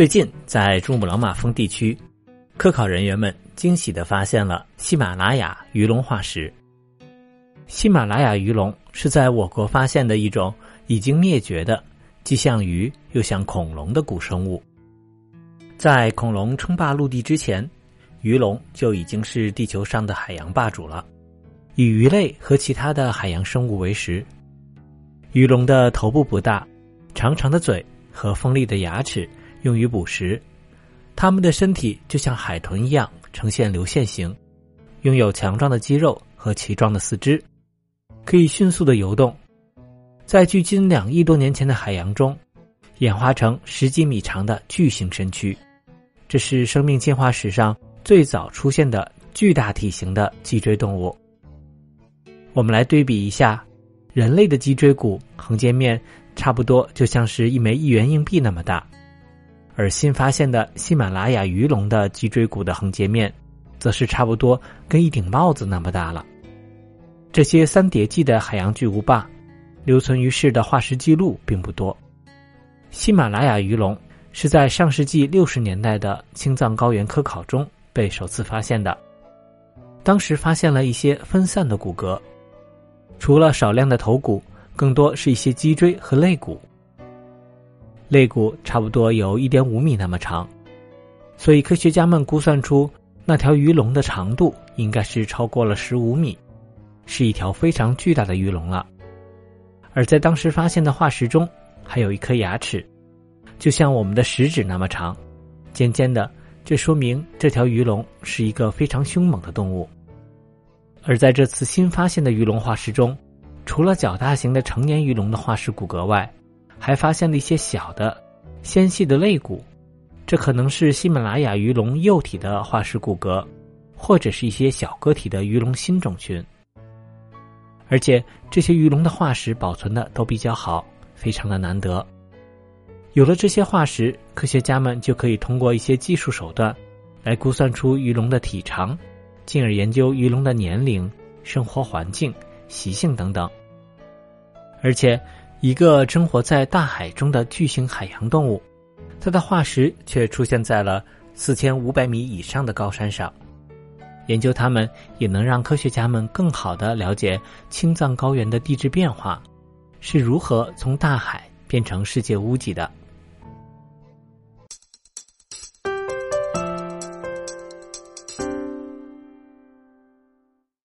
最近在珠穆朗玛峰地区，科考人员们惊喜地发现了喜马拉雅鱼龙化石。喜马拉雅鱼龙是在我国发现的一种已经灭绝的既像鱼又像恐龙的古生物。在恐龙称霸陆地之前，鱼龙就已经是地球上的海洋霸主了，以鱼类和其他的海洋生物为食。鱼龙的头部不大，长长的嘴和锋利的牙齿用于捕食，它们的身体就像海豚一样呈现流线型，拥有强壮的肌肉和奇壮的四肢，可以迅速地游动，在距今2亿多年前的海洋中演化成10几米长的巨型身躯。这是生命进化史上最早出现的巨大体型的脊椎动物。我们来对比一下，人类的脊椎骨横截面差不多就像是一枚1元硬币那么大，而新发现的喜马拉雅鱼龙的脊椎骨的横截面则是差不多跟一顶帽子那么大了。这些3叠纪的海洋巨无霸留存于世的化石记录并不多。喜马拉雅鱼龙是在上世纪60年代的青藏高原科考中被首次发现的，当时发现了一些分散的骨骼，除了少量的头骨，更多是一些脊椎和肋骨。肋骨差不多有 1.5 米那么长，所以科学家们估算出那条鱼龙的长度应该是超过了15米，是一条非常巨大的鱼龙了。而在当时发现的化石中，还有一颗牙齿，就像我们的食指那么长，尖尖的，这说明这条鱼龙是一个非常凶猛的动物。而在这次新发现的鱼龙化石中，除了较大型的成年鱼龙的化石骨骼外，还发现了一些小的纤细的肋骨，这可能是喜马拉雅鱼龙幼体的化石骨骼，或者是一些小个体的鱼龙新种群。而且这些鱼龙的化石保存的都比较好，非常的难得。有了这些化石，科学家们就可以通过一些技术手段来估算出鱼龙的体长，进而研究鱼龙的年龄、生活环境、习性等等。而且一个生活在大海中的巨型海洋动物，它的化石却出现在了4500米以上的高山上。研究它们也能让科学家们更好地了解青藏高原的地质变化是如何从大海变成世界屋脊的。